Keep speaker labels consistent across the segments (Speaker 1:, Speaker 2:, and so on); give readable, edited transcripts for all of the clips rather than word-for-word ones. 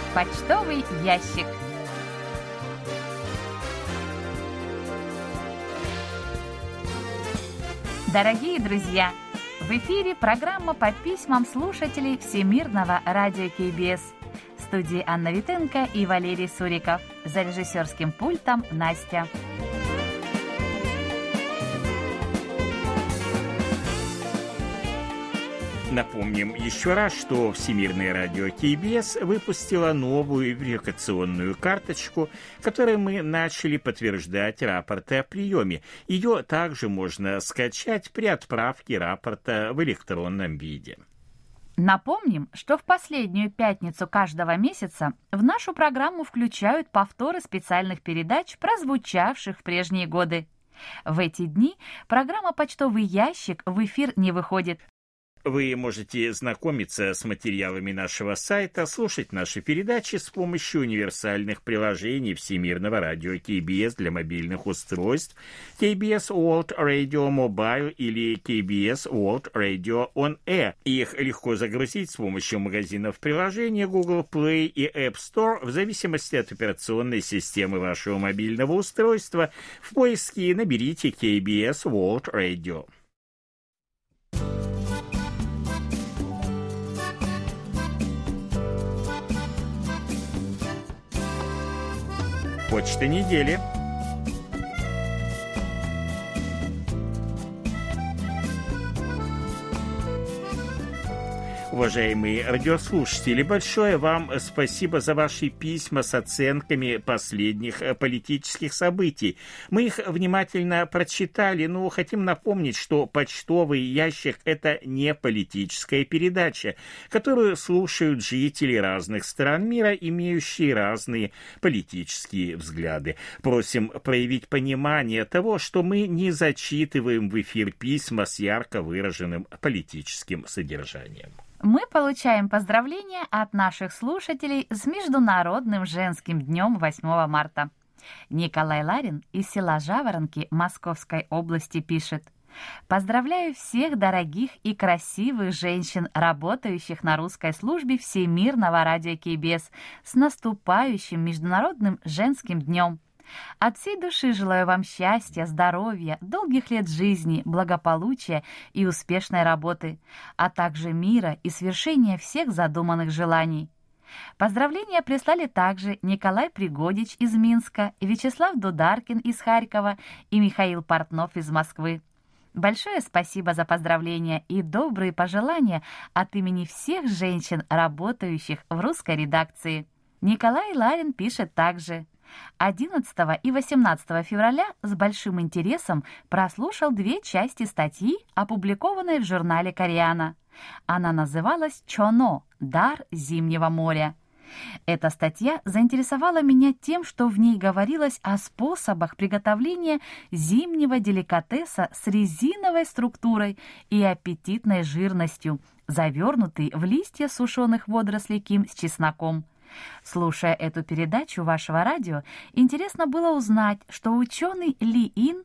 Speaker 1: Почтовый ящик. Дорогие друзья, в эфире программа по письмам слушателей Всемирного радио КБС. В студии Анна Витенко и Валерий Суриков. За режиссерским пультом Настя.
Speaker 2: Напомним еще раз, что Всемирное радио КБС выпустило новую верификационную карточку, которой мы начали подтверждать рапорты о приеме. Ее также можно скачать при отправке рапорта в электронном виде.
Speaker 1: Напомним, что в последнюю пятницу каждого месяца в нашу программу включают повторы специальных передач, прозвучавших в прежние годы. В эти дни программа «Почтовый ящик» в эфир не выходит.
Speaker 2: Вы можете знакомиться с материалами нашего сайта, слушать наши передачи с помощью универсальных приложений Всемирного радио КБС для мобильных устройств, KBS World Radio Mobile или KBS World Radio On Air. Их легко загрузить с помощью магазинов приложений Google Play и App Store в зависимости от операционной системы вашего мобильного устройства. В поиске наберите KBS World Radio. Почта недели. Уважаемые радиослушатели, большое вам спасибо за ваши письма с оценками последних политических событий. Мы их внимательно прочитали, но хотим напомнить, что почтовый ящик – это не политическая передача, которую слушают жители разных стран мира, имеющие разные политические взгляды. Просим проявить понимание того, что мы не зачитываем в эфир письма с ярко выраженным политическим содержанием.
Speaker 1: Мы получаем поздравления от наших слушателей с Международным женским днем 8 марта. Николай Ларин из села Жаворонки Московской области пишет: «Поздравляю всех дорогих и красивых женщин, работающих на русской службе Всемирного радио КБС, с наступающим Международным женским днем. От всей души желаю вам счастья, здоровья, долгих лет жизни, благополучия и успешной работы, а также мира и свершения всех задуманных желаний». Поздравления прислали также Николай Пригодич из Минска, Вячеслав Дударкин из Харькова и Михаил Портнов из Москвы. Большое спасибо за поздравления и добрые пожелания от имени всех женщин, работающих в русской редакции. Николай Ларин пишет также: 11 и 18 февраля с большим интересом прослушал 2 части статьи, опубликованной в журнале «Кореана». Она называлась «Чоно. Дар зимнего моря». Эта статья заинтересовала меня тем, что в ней говорилось о способах приготовления зимнего деликатеса с резиновой структурой и аппетитной жирностью, завернутый в листья сушеных водорослей ким с чесноком. Слушая эту передачу вашего радио, интересно было узнать, что ученый Ли Ин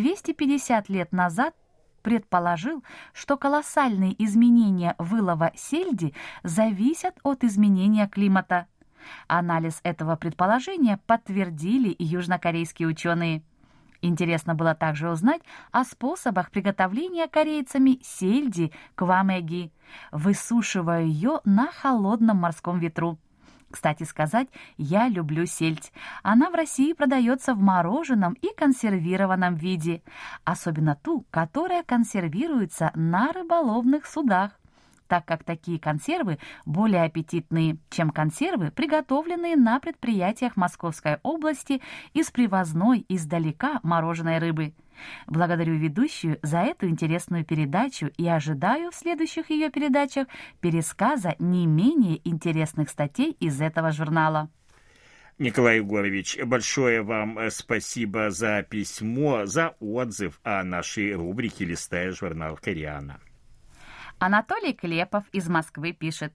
Speaker 1: 250 лет назад предположил, что колоссальные изменения вылова сельди зависят от изменения климата. Анализ этого предположения подтвердили и южнокорейские ученые. Интересно было также узнать о способах приготовления корейцами сельди квамэги, высушивая ее на холодном морском ветру. Кстати сказать, я люблю сельдь. Она в России продается в мороженом и консервированном виде, особенно ту, которая консервируется на рыболовных судах, так как такие консервы более аппетитные, чем консервы, приготовленные на предприятиях Московской области из привозной издалека мороженой рыбы. Благодарю ведущую за эту интересную передачу и ожидаю в следующих ее передачах пересказа не менее интересных статей из этого журнала.
Speaker 2: Николай Егорович, большое вам спасибо за письмо, за отзыв о нашей рубрике «Листая журнал Кореана».
Speaker 1: Анатолий Клепов из Москвы пишет: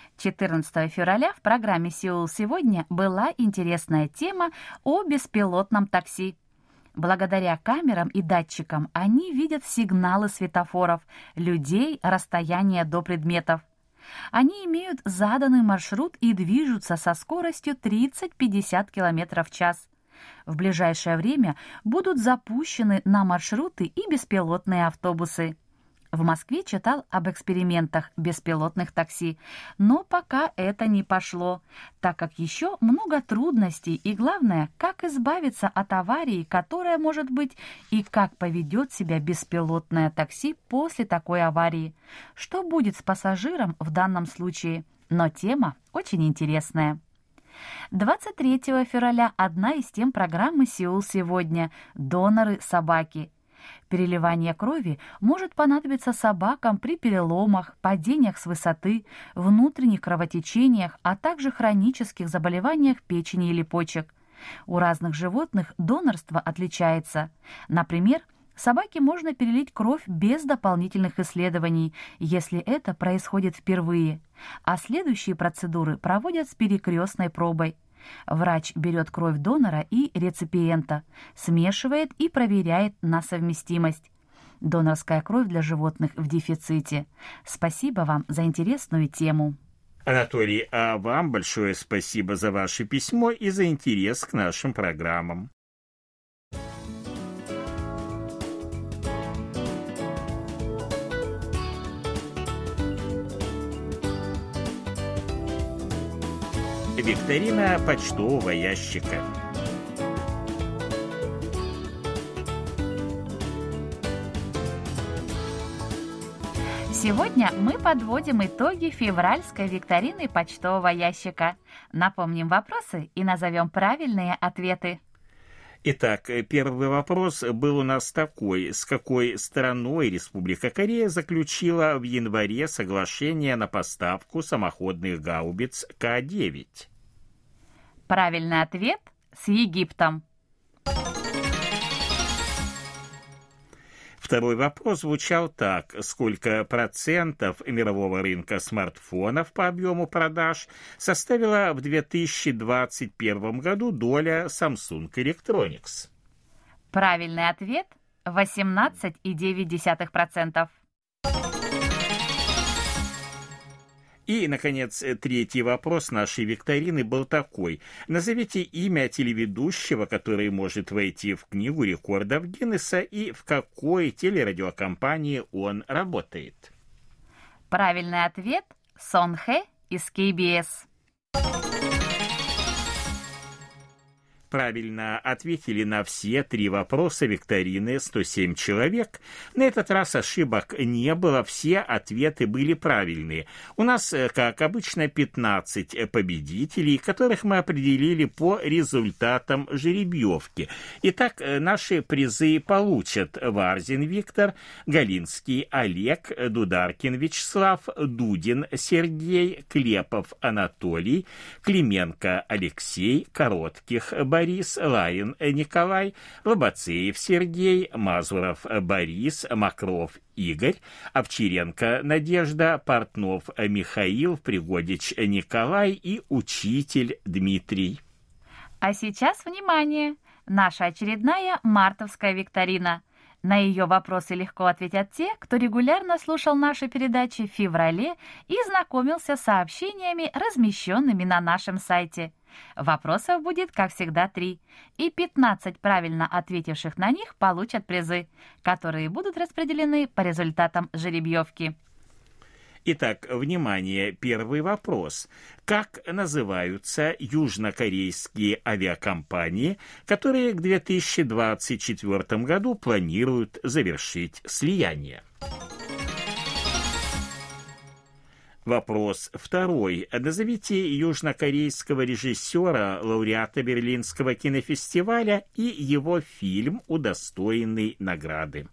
Speaker 1: 14 февраля в программе «Сеул сегодня» была интересная тема о беспилотном такси. Благодаря камерам и датчикам они видят сигналы светофоров, людей, расстояние до предметов. Они имеют заданный маршрут и движутся со скоростью 30-50 км в час. В ближайшее время будут запущены на маршруты и беспилотные автобусы. В Москве читал об экспериментах беспилотных такси, но пока это не пошло, так как еще много трудностей и, главное, как избавиться от аварии, которая может быть, и как поведет себя беспилотное такси после такой аварии. Что будет с пассажиром в данном случае? Но тема очень интересная. 23 февраля одна из тем программы «Сеул сегодня» – доноры собаки. Переливание крови может понадобиться собакам при переломах, падениях с высоты, внутренних кровотечениях, а также хронических заболеваниях печени или почек. У разных животных донорство отличается. Например, собаке можно перелить кровь без дополнительных исследований, если это происходит впервые, а следующие процедуры проводят с перекрестной пробой. Врач берет кровь донора и реципиента, смешивает и проверяет на совместимость. Донорская кровь для животных в дефиците. Спасибо вам за интересную тему.
Speaker 2: Анатолий, а вам большое спасибо за ваше письмо и за интерес к нашим программам. Викторина почтового ящика.
Speaker 1: Сегодня мы подводим итоги февральской викторины почтового ящика. Напомним вопросы и назовем правильные ответы.
Speaker 2: Итак, первый вопрос был у нас такой. С какой страной Республика Корея заключила в январе соглашение на поставку самоходных гаубиц К-9?
Speaker 1: Правильный ответ – с Египтом.
Speaker 2: Второй вопрос звучал так. Сколько процентов мирового рынка смартфонов по объему продаж составила в 2021 году доля Samsung Electronics?
Speaker 1: Правильный ответ – 18,9%.
Speaker 2: И, наконец, третий вопрос нашей викторины был такой. Назовите имя телеведущего, который может войти в книгу рекордов Гиннесса, и в какой телерадиокомпании он работает.
Speaker 1: Правильный ответ – Сон Хэ из KBS.
Speaker 2: Правильно ответили на все три вопроса викторины 107 человек. На этот раз ошибок не было, все ответы были правильные. У нас, как обычно, 15 победителей, которых мы определили по результатам жеребьевки. Итак, наши призы получат Варзин Виктор, Галинский Олег, Дударкин Вячеслав, Дудин Сергей, Клепов Анатолий, Клименко Алексей, Коротких Борис, Ларин Николай, Лобацеев Сергей, Мазуров Борис, Макров Игорь, Овчаренко Надежда, Портнов Михаил, Пригодич Николай и Учитель Дмитрий.
Speaker 1: А сейчас, внимание, наша очередная мартовская викторина. На ее вопросы легко ответят те, кто регулярно слушал наши передачи в феврале и знакомился с сообщениями, размещенными на нашем сайте. Вопросов будет, как всегда, 3, и 15 правильно ответивших на них получат призы, которые будут распределены по результатам жеребьевки.
Speaker 2: Итак, внимание, первый вопрос. Как называются южнокорейские авиакомпании, которые к 2024 году планируют завершить слияние? Вопрос второй. Назовите южнокорейского режиссера, лауреата Берлинского кинофестиваля и его фильм, удостоенный награды.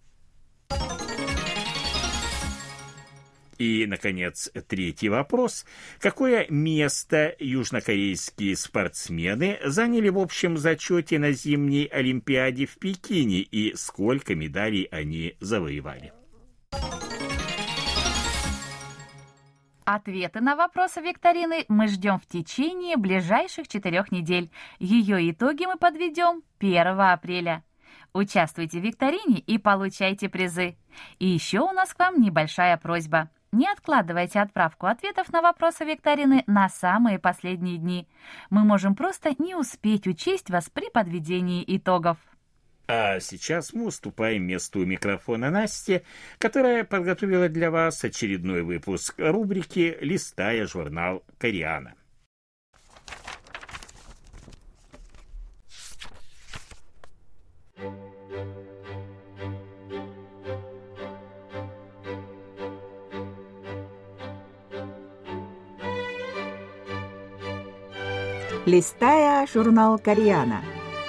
Speaker 2: И, наконец, третий вопрос. Какое место южнокорейские спортсмены заняли в общем зачете на зимней Олимпиаде в Пекине и сколько медалей они завоевали?
Speaker 1: Ответы на вопросы викторины мы ждем в течение ближайших 4 недель. Ее итоги мы подведем 1 апреля. Участвуйте в викторине и получайте призы. И еще у нас к вам небольшая просьба. Не откладывайте отправку ответов на вопросы викторины на самые последние дни. Мы можем просто не успеть учесть вас при подведении итогов.
Speaker 2: А сейчас мы уступаем месту у микрофона Насте, которая подготовила для вас очередной выпуск рубрики «Листая журнал Кореана».
Speaker 3: Листая журнал Кореана.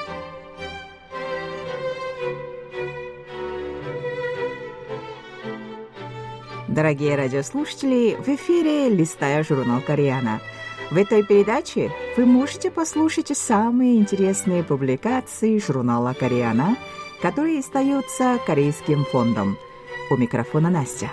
Speaker 3: Дорогие радиослушатели, в эфире «Листая журнал Кореана». В этой передаче вы можете послушать самые интересные публикации журнала Кореана, которые издаются Корейским фондом. У микрофона Настя.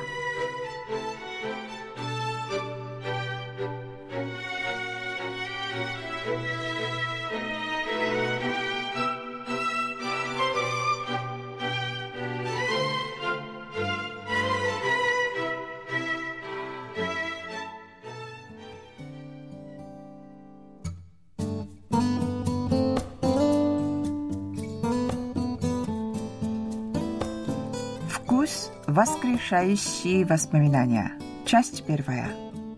Speaker 3: Вкус, воскрешающий воспоминания. Часть первая.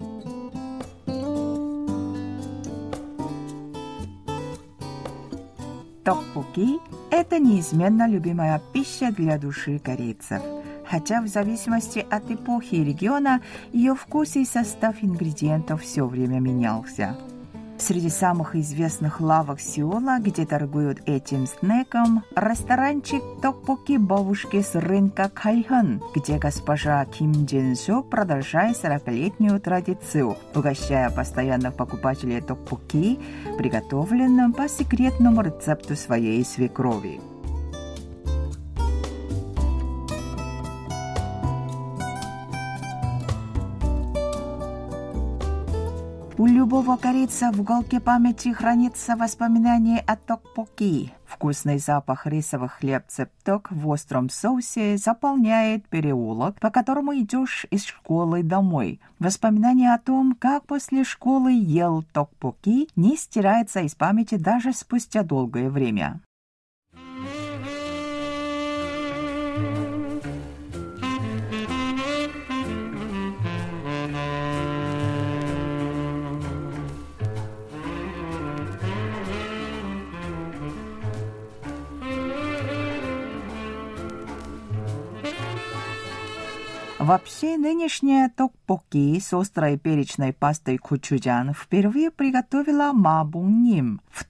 Speaker 3: Токбоки – это неизменно любимая пища для души корейцев. Хотя в зависимости от эпохи и региона ее вкус и состав ингредиентов все время менялся. Среди самых известных лавок Сеула, где торгуют этим снеком, ресторанчик «Токбоки бабушки» с рынка Кальхон, где госпожа Ким Джин-су продолжает 40-летнюю традицию, угощая постоянных покупателей токбоки, приготовленным по секретному рецепту своей свекрови. У любого корейца в уголке памяти хранится воспоминание о токбоки. Вкусный запах рисовых хлебцев ток в остром соусе заполняет переулок, по которому идешь из школы домой. Воспоминание о том, как после школы ел токбоки, не стирается из памяти даже спустя долгое время. Вообще, нынешняя токбоки с острой перечной пастой кучуджан впервые приготовила Ма Бung-nim. В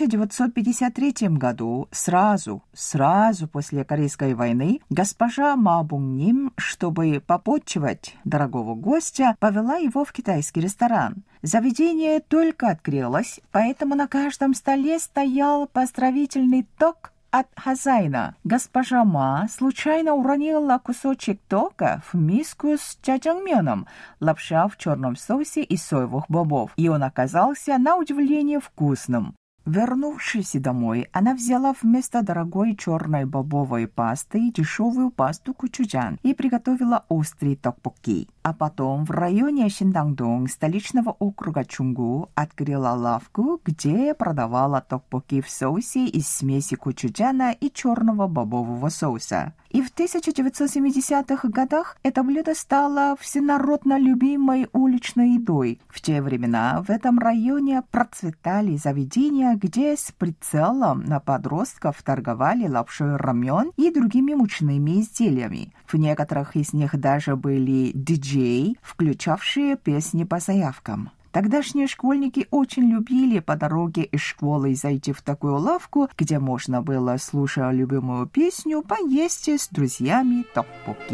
Speaker 3: 1953 году, сразу после Корейской войны, госпожа Ма Bung-nim, чтобы попотчевать дорогого гостя, повела его в китайский ресторан. Заведение только открылось, поэтому на каждом столе стоял поздравительный ток от хозяина. Госпожа Ма случайно уронила кусочек тока в миску с джажангмёном, лапша в черном соусе из соевых бобов, и он оказался на удивление вкусным. Вернувшись домой, она взяла вместо дорогой черной бобовой пасты дешевую пасту кучуджан и приготовила острый токбоки. А потом в районе Шиндангдong столичного округа Чунгу открыла лавку, где продавала токбоки в соусе из смеси кучуджана и черного бобового соуса. И в 1970-х годах это блюдо стало всенародно любимой уличной едой. В те времена в этом районе процветали заведения, где с прицелом на подростков торговали лапшой рамён и другими мучными изделиями. В некоторых из них даже были диджеи, включавшие песни по заявкам. Тогдашние школьники очень любили по дороге из школы зайти в такую лавку, где можно было, слушая любимую песню, поесть с друзьями токбоки.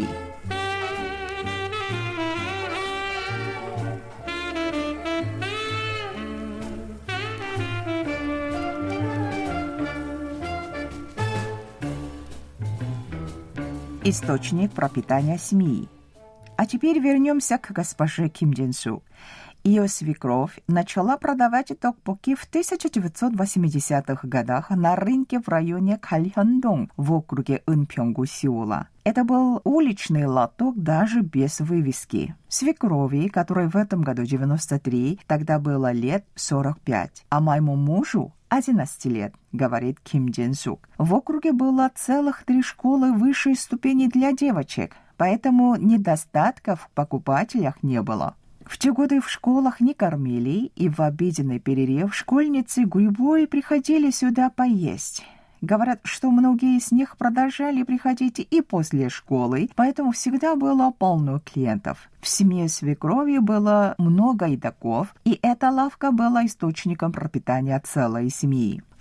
Speaker 3: Источник пропитания семьи. А теперь вернемся к госпоже Ким Джин-су. Ее свекровь начала продавать токбоки в 1980-х годах на рынке в районе Кальхёндong в округе Инпёнгу Сеула. Это был уличный лоток даже без вывески. Свекрови, которой в этом году 93, тогда было лет 45, а моему мужу 11 лет, говорит Ким Джин Сук. В округе было целых 3 школы высшей ступени для девочек, поэтому недостатков в покупателях не было. В те годы в школах не кормили, и в обеденный перерыв школьницы гурьбой приходили сюда поесть. Говорят, что многие из них продолжали приходить и после школы, поэтому всегда было полно клиентов. В семье свекрови было много едоков, и эта лавка была источником пропитания целой семьи. В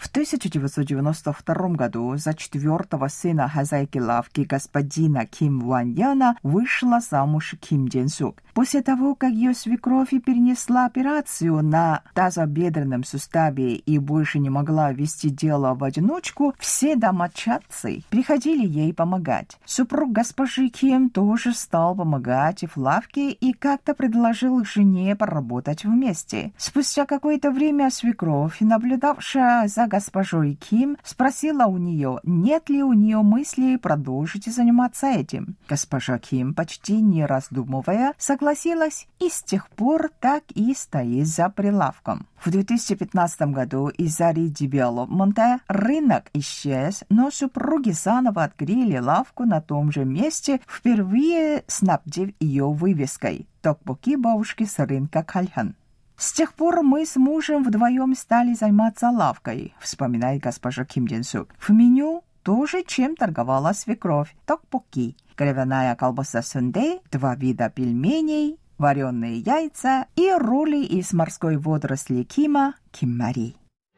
Speaker 3: 1992 году за 4-го сына хозяйки лавки господина Ким Ван-яна вышла замуж Ким Джин Сук. После того, как ее свекровь перенесла операцию на тазобедренном суставе и больше не могла вести дело в одиночку, все домочадцы приходили ей помогать. Супруг госпожи Ким тоже стал помогать в лавке и как-то предложил жене поработать вместе. Спустя какое-то время свекровь, наблюдавшая за госпожой Ким, спросила у нее, нет ли у нее мысли продолжить заниматься этим. Госпожа Ким, почти не раздумывая, согласилась и с тех пор так и стоит за прилавком. В 2015 году из-за редевелопмента рынок исчез, но супруги заново открыли лавку на том же месте, впервые снабдив ее вывеской «Токбоки бабушки с рынка Кальхан». С тех пор мы с мужем вдвоем стали заниматься лавкой, вспоминает госпожа Ким Джин Сук. В меню тоже чем торговала свекровь – токбоки, кровяная колбаса сундаe, 2 вида пельменей, вареные яйца и роли из морской водоросли кима – киммари.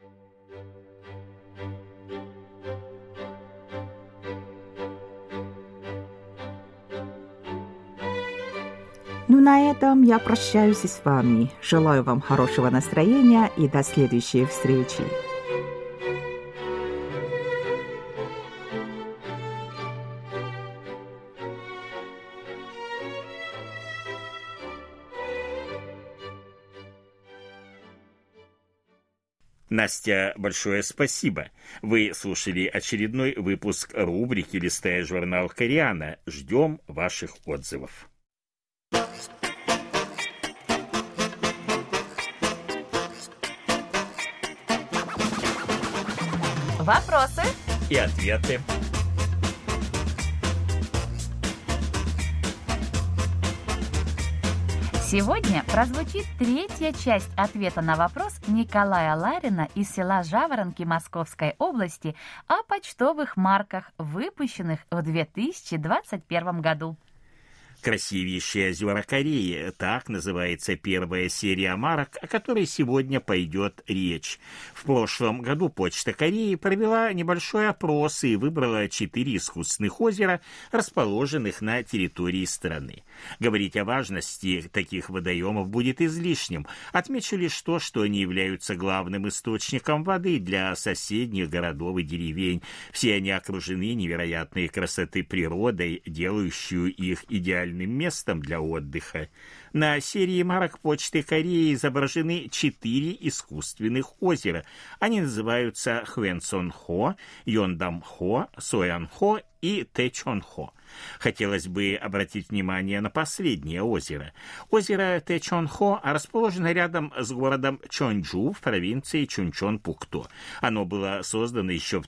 Speaker 3: Ну, на этом я прощаюсь с вами. Желаю вам хорошего настроения и до следующей встречи.
Speaker 2: Настя, большое спасибо. Вы слушали очередной выпуск рубрики «Листая журнал Кореана». Ждем ваших отзывов.
Speaker 1: Вопросы
Speaker 2: и ответы.
Speaker 1: Сегодня прозвучит 3-я часть ответа на вопрос Николая Ларина из села Жаворонки Московской области о почтовых марках, выпущенных в 2021 году.
Speaker 2: «Красивейшие озера Кореи» — так называется первая серия марок, о которой сегодня пойдет речь. В прошлом году Почта Кореи провела небольшой опрос и выбрала 4 искусственных озера, расположенных на территории страны. Говорить о важности таких водоемов будет излишним. Отмечу лишь то, что они являются главным источником воды для соседних городов и деревень. Все они окружены невероятной красоты природой, делающую их идеальным местом для отдыха. На серии марок Почты Кореи изображены 4 искусственных озера. Они называются Хвенсон-Хо, Йондам-Хо, Соян-Хо и Тэчон-Хо. Хотелось бы обратить внимание на последнее озеро. Озеро Тэчон-Хо расположено рядом с городом Чонджу в провинции Чунчон-Пукто. Оно было создано еще в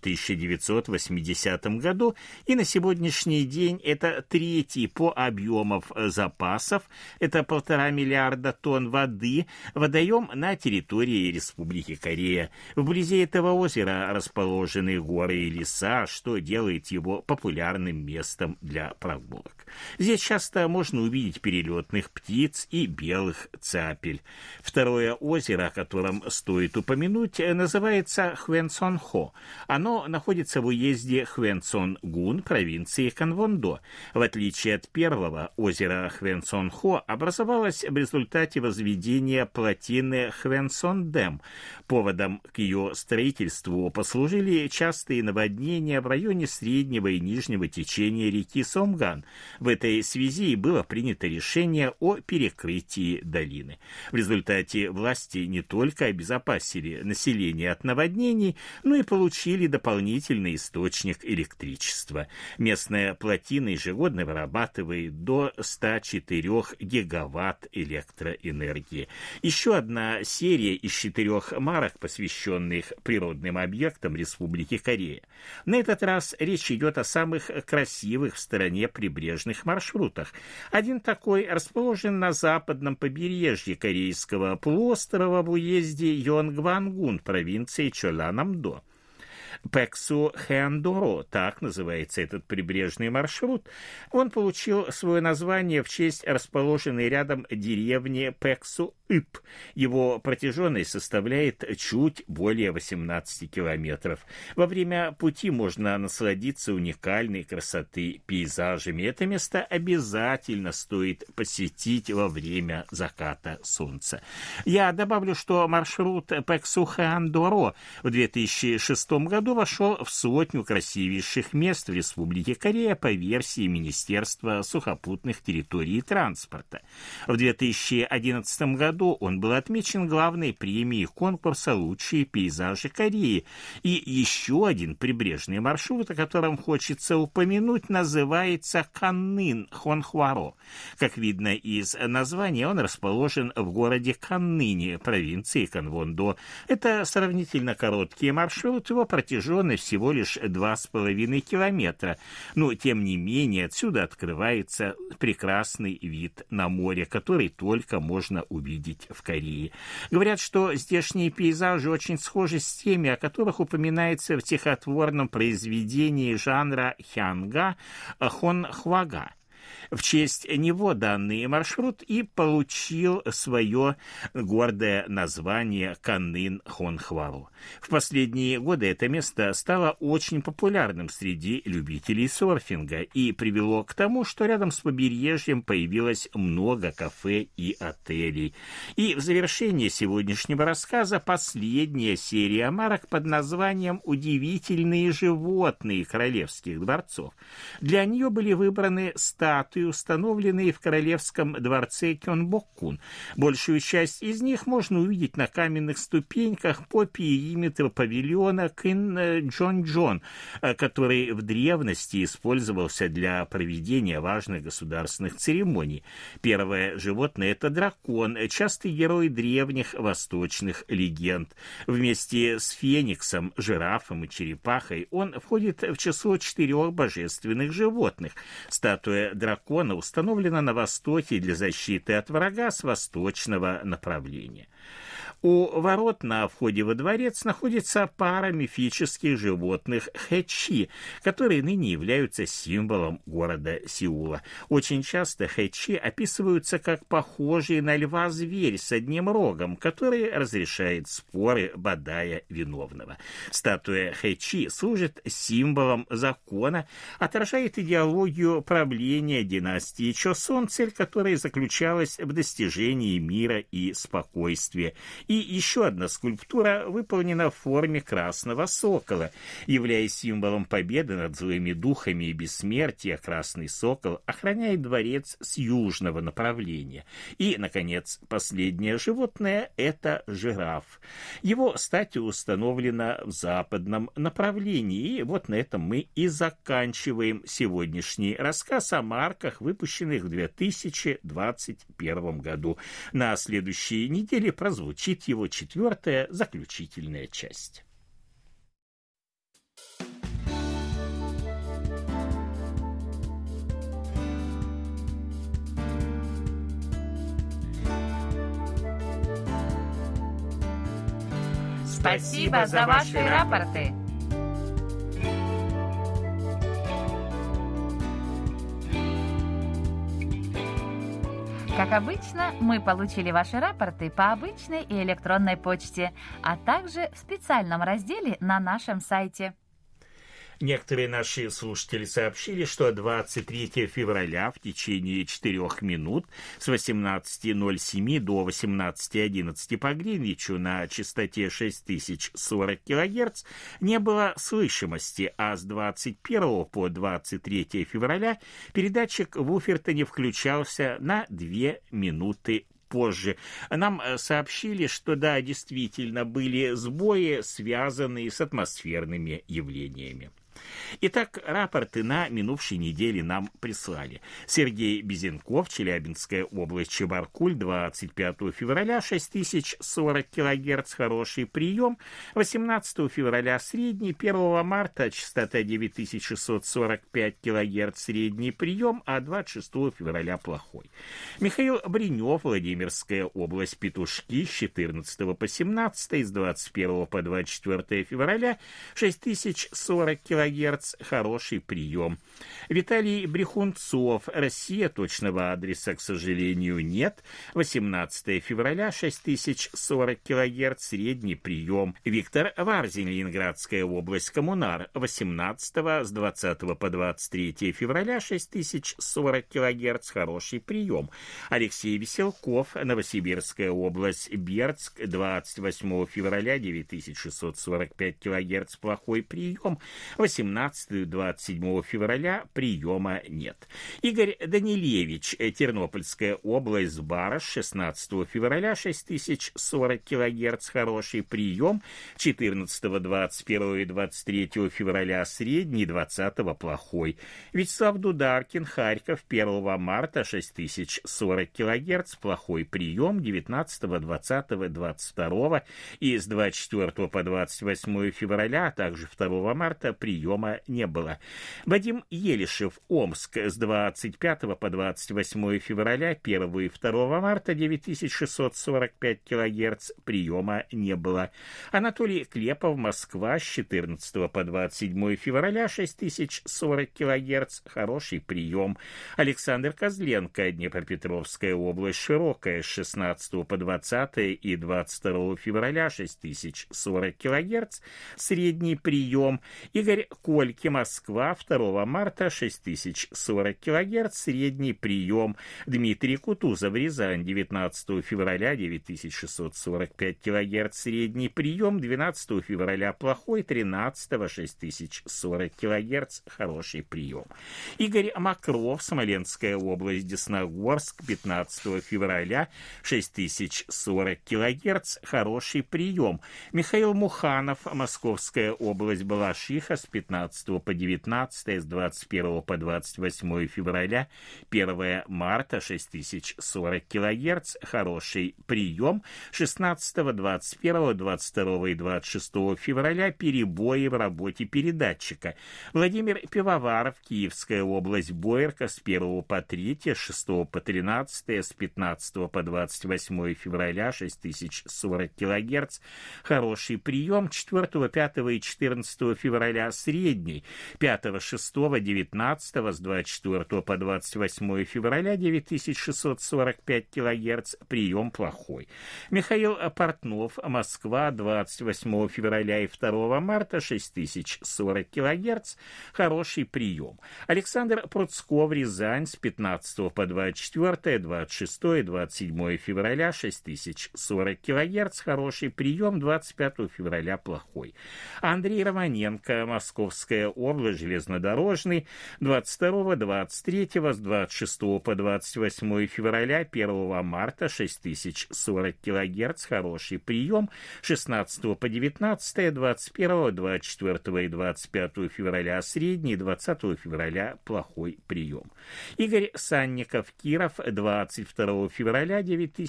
Speaker 2: 1980 году, и на сегодняшний день это 3-й по объемам запасов, это 1,5 миллиарда тонн воды, водоем на территории Республики Корея. Вблизи этого озера расположены горы и леса, что делает его популярным местом для прогулок. Здесь часто можно увидеть перелетных птиц и белых цапель. Второе озеро, о котором стоит упомянуть, называется Хвенсон-Хо. Оно находится в уезде Хвенсон-Гун провинции Канвондо. В отличие от первого, озеро Хвенсон-Хо образовалось в результате возведения плотины Хвенсон-Дэм. Поводом к ее строительству послужили частые наводнения в районе среднего и нижнего течения реки Сомган. В этой связи было принято решение о перекрытии долины. В результате власти не только обезопасили население от наводнений, но и получили дополнительный источник электричества. Местная плотина ежегодно вырабатывает до 104 гигаватт электроэнергии. Еще одна серия из 4 марок, посвященных природным объектам Республики Корея. На этот раз речь идет о самых красивых в стране прибрежных маршрутах. Один такой расположен на западном побережье Корейского полуострова в уезде Йонгвангун, провинции Чоланамдо. Пэксу Хэндоро, так называется этот прибрежный маршрут. Он получил свое название в честь расположенной рядом деревни Пэксу-Ып. Его протяженность составляет чуть более 18 километров. Во время пути можно насладиться уникальной красоты пейзажами. Это место обязательно стоит посетить во время заката солнца. Я добавлю, что маршрут Пэксу-Хэндоро в 2006 году вошел в 100 красивейших мест в Республике Корея по версии Министерства сухопутных территорий и транспорта. В 2011 году он был отмечен главной премией конкурса «Лучшие пейзажи Кореи». И еще один прибрежный маршрут, о котором хочется упомянуть, называется Каннын Хонхваро. Как видно из названия, он расположен в городе Канныне, провинции Канвондо. Это сравнительно короткий маршрут, его протяженность всего лишь 2,5 километра. Но, тем не менее, отсюда открывается прекрасный вид на море, который только можно увидеть в Корее. Говорят, что здешние пейзажи очень схожи с теми, о которых упоминается в стихотворном произведении жанра хянга Хонхвага. В честь него данный маршрут и получил свое гордое название Каннын Хонхваро. В последние годы это место стало очень популярным среди любителей серфинга и привело к тому, что рядом с побережьем появилось много кафе и отелей. И в завершение сегодняшнего рассказа последняя серия марок под названием «Удивительные животные королевских дворцов». Для нее были выбраны статуи, установленные в королевском дворце Кёнбоккун. Большую часть из них можно увидеть на каменных ступеньках по периметру павильона Кын-Джон-Джон, который в древности использовался для проведения важных государственных церемоний. Первое животное — это дракон, частый герой древних восточных легенд. Вместе с фениксом, жирафом и черепахой он входит в число 4 божественных животных. Статуя дракона установлена на востоке для защиты от врага с восточного направления. У ворот на входе во дворец находится пара мифических животных хэчи, которые ныне являются символом города Сеула. Очень часто хэчи описываются как похожий на льва зверь с одним рогом, который разрешает споры, бодая виновного. Статуя хэчи служит символом закона, отражает идеологию правления династии Чосон, цель которой заключалась в достижении мира и спокойствия. И еще одна скульптура выполнена в форме красного сокола. Являясь символом победы над злыми духами и бессмертия, красный сокол охраняет дворец с южного направления. И, наконец, последнее животное — это жираф. Его статуя установлена в западном направлении. И вот на этом мы и заканчиваем сегодняшний рассказ о марках, выпущенных в 2021 году. На следующей неделе прозвучит его 4-я заключительная часть.
Speaker 1: Спасибо за ваши рапорты. Как обычно, мы получили ваши рапорты по обычной и электронной почте, а также в специальном разделе на нашем сайте.
Speaker 2: Некоторые наши слушатели сообщили, что 23 февраля в течение 4 минут с 18:07 до 18:11 по Гринвичу на частоте 6040 кГц не было слышимости, а с 21 по 23 февраля передатчик в Уфертоне включался на 2 минуты позже. Нам сообщили, что да, действительно были сбои, связанные с атмосферными явлениями. Итак, рапорты на минувшей неделе нам прислали. Сергей Безенков, Челябинская область, Чебаркуль, 25 февраля 6040 кГц, хороший прием. 18 февраля средний, 1 марта частота 9645 кГц, средний прием, а 26 февраля плохой. Михаил Бринев, Владимирская область, Петушки, с 14 по 17, с 21 по 24 февраля 6040 кГц, хороший прием. Виталий Брехунцов, Россия, точного адреса, к сожалению, нет. 18 февраля 6040 кГц, средний прием. Виктор Варзин, Ленинградская область, Коммунар, 18 с 20 по 23 февраля 6040 кГц, хороший прием. Алексей Веселков, Новосибирская область, Бердск, 28 февраля 9645 кГц, плохой прием. 18-27 февраля приема нет. Игорь Данилевич, Тернопольская область, Бараш, 16 февраля 6040 кГц, хороший прием. 14, 21 и 23 февраля средний, 20 плохой. Вячеслав Дударкин, Харьков, 1 марта 6040 кГц, плохой прием. 19, 20, 22 и с 24 по 28 февраля, а также 2 марта приема не было. Вадим Елишев, Омск, с 25 по 28 февраля, 1 и 2 марта, 9645 кГц, приема не было. Анатолий Клепов, Москва, с 14 по 27 февраля, 6040 кГц, хороший прием. Александр Козленко, Днепропетровская область, Широкая, с 16 по 20 и 22 февраля, 6040 кГц, средний прием. Игорь Кольки, Москва, 2 марта, 6040 кГц, средний прием. Дмитрий Кутузов, Рязань, 19 февраля, 9645 кГц, средний прием. 12 февраля плохой, 13 6040 кГц, хороший прием. Игорь Макров, Смоленская область, Десногорск, 15 февраля, 6040 кГц, хороший прием. Михаил Муханов, Московская область, Балашиха, с 15 по 19, с 21 по 28 февраля, 1 марта, 6040 кГц, хороший прием. 16, 21, 22 и 26 февраля перебои в работе передатчика. Владимир Пивоваров, Киевская область, Боярка, с 1 по 3, с 6 по 13, с 15 по 28 февраля, 6040 кГц, хороший прием. 4, 5 и 14 февраля средний. 5, 6, 19, с 24 по 28 февраля, 9645 кГц, прием плохой. Михаил Портнов, Москва, 28 февраля и 2 марта, 6040 кГц, хороший прием. Александр Пруцков, Рязань, с 15 по 24, 26 и 27 февраля, 6040 кГц, хороший прием. 25 февраля плохой. Андрей Романенко, Московская область, железнодорожный, 22, 23, с 26 по 28 февраля, 1 марта, 6040 кГц, хороший прием. 16 по 19, 21, 24 и 25 февраля средний, 20 февраля плохой прием. Игорь Санников, Киров, 22 февраля,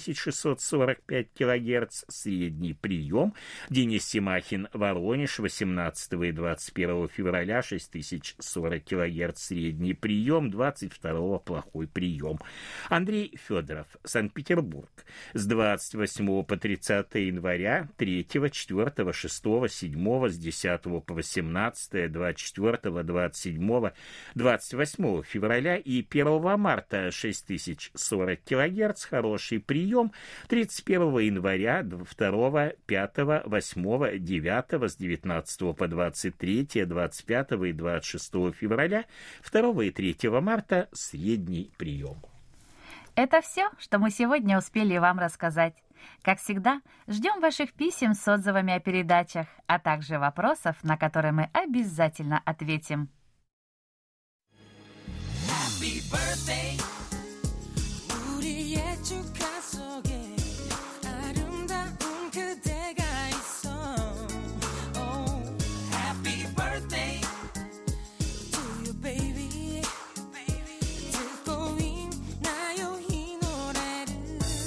Speaker 2: 9645 кГц, средний прием. Денис Семахин, Воронеж, 18 и 21 февраля, 6040 кГц, средний прием. 22 плохой прием. Андрей Федоров, Санкт-Петербург, с 28 по 30 января, 3, 4, 6, 7, с 10 по 18, 24, 27, 28 февраля и 1 марта, 6040 кГц, хороший прием. 31 января, 2, 5, 8, 9, с 19 по 23, 25 и 26 февраля, 2 и 3 марта средний прием.
Speaker 1: Это все, что мы сегодня успели вам рассказать. Как всегда, ждем ваших писем с отзывами о передачах, а также вопросов, на которые мы обязательно ответим.
Speaker 4: Happy birthday. 우리의 축하 속에 아름다운 그대가 있어. Oh, happy birthday to you, baby. 듣고 있나요 이 노래를?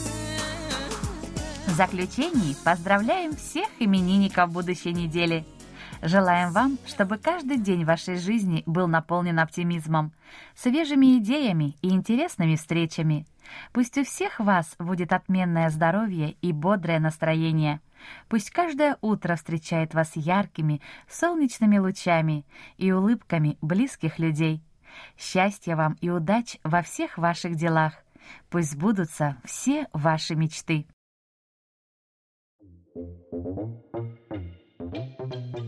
Speaker 1: В заключении поздравляем всех именинников будущей недели. Желаем вам, чтобы каждый день вашей жизни был наполнен оптимизмом, свежими идеями и интересными встречами. Пусть у всех вас будет отменное здоровье и бодрое настроение. Пусть каждое утро встречает вас яркими, солнечными лучами и улыбками близких людей. Счастья вам и удач во всех ваших делах. Пусть сбудутся все ваши мечты.